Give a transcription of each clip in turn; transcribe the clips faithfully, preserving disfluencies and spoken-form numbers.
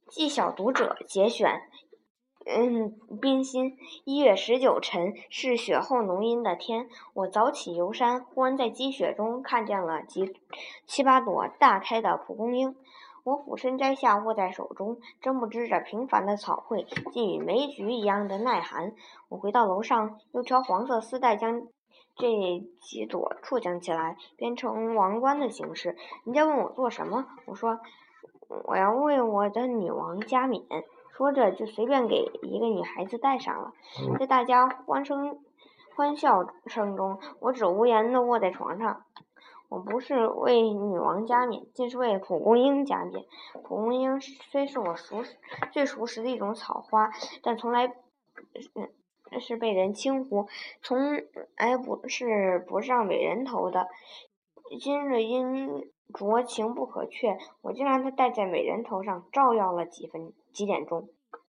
记小读者节选。嗯，冰心。一月十九晨，是雪后浓阴的天。我早起游山，忽然在积雪中看见了几七八朵大开的蒲公英。我俯身摘下，握在手中，真不知这平凡的草绘竟与梅菊一样的耐寒。我回到楼上，又挑黄色丝带将这几朵触将起来，编成王冠的形式。人家问我做什么，我说我要为我的女王加冕。说着就随便给一个女孩子戴上了。在大家欢声欢笑声中，我只无言地卧在床上。我不是为女王加冕，竟是为蒲公英加冕。蒲公英虽是我熟最熟识的一种草花，但从来嗯是被人轻忽，从来不是不上美人头的。今日因着情不可却，我就让它戴在美人头上，照耀了几分几点钟。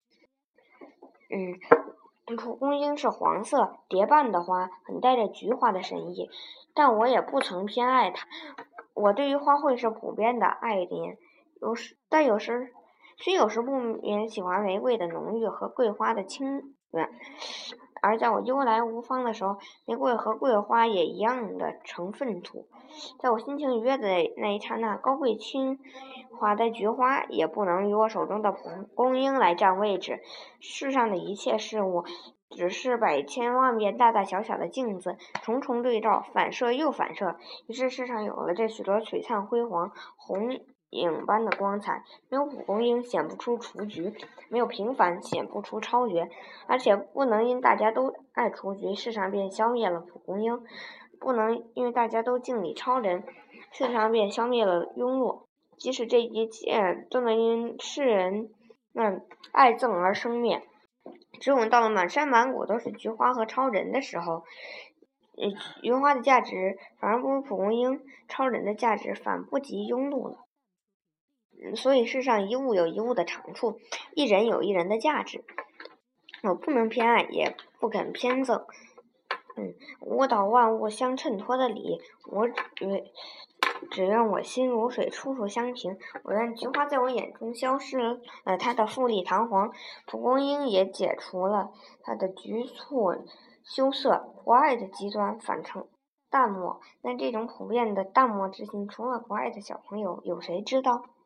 嗯，蒲公英是黄色蝶瓣的花，很带着菊花的神意，但我也不曾偏爱它。我对于花卉是普遍的爱恋，有时但有时虽有时不免喜欢玫瑰的浓郁和桂花的清远。而在我悠来无方的时候，玫瑰和桂花也一样的成粪土。在我心情愉悦的那一刹那，高贵清华的菊花也不能与我手中的蒲公英来占位置。世上的一切事物只是百千万变大大小小的镜子，重重对照，反射又反射，于是世上有了这许多璀璨辉煌红影般的光彩。没有蒲公英显不出雏菊，没有平凡显不出超绝，而且不能因大家都爱雏菊，世上便消灭了蒲公英；不能因为大家都敬礼超人，世上便消灭了庸碌。即使这一切都能因世人们爱憎而生灭，只有到了满山满谷都是菊花和超人的时候，菊花的价值反而不如蒲公英，超人的价值反不及庸碌了。所以世上一物有一物的长处，一人有一人的价值。我不能偏爱，也不肯偏憎。嗯，我祷万物相衬托的理，我只只愿我心如水，处处相平。我愿菊花在我眼中消失了它的富丽堂皇，蒲公英也解除了它的局促羞涩。博爱的极端反成淡漠，但这种普遍的淡漠之心，除了博爱的小朋友，有谁知道？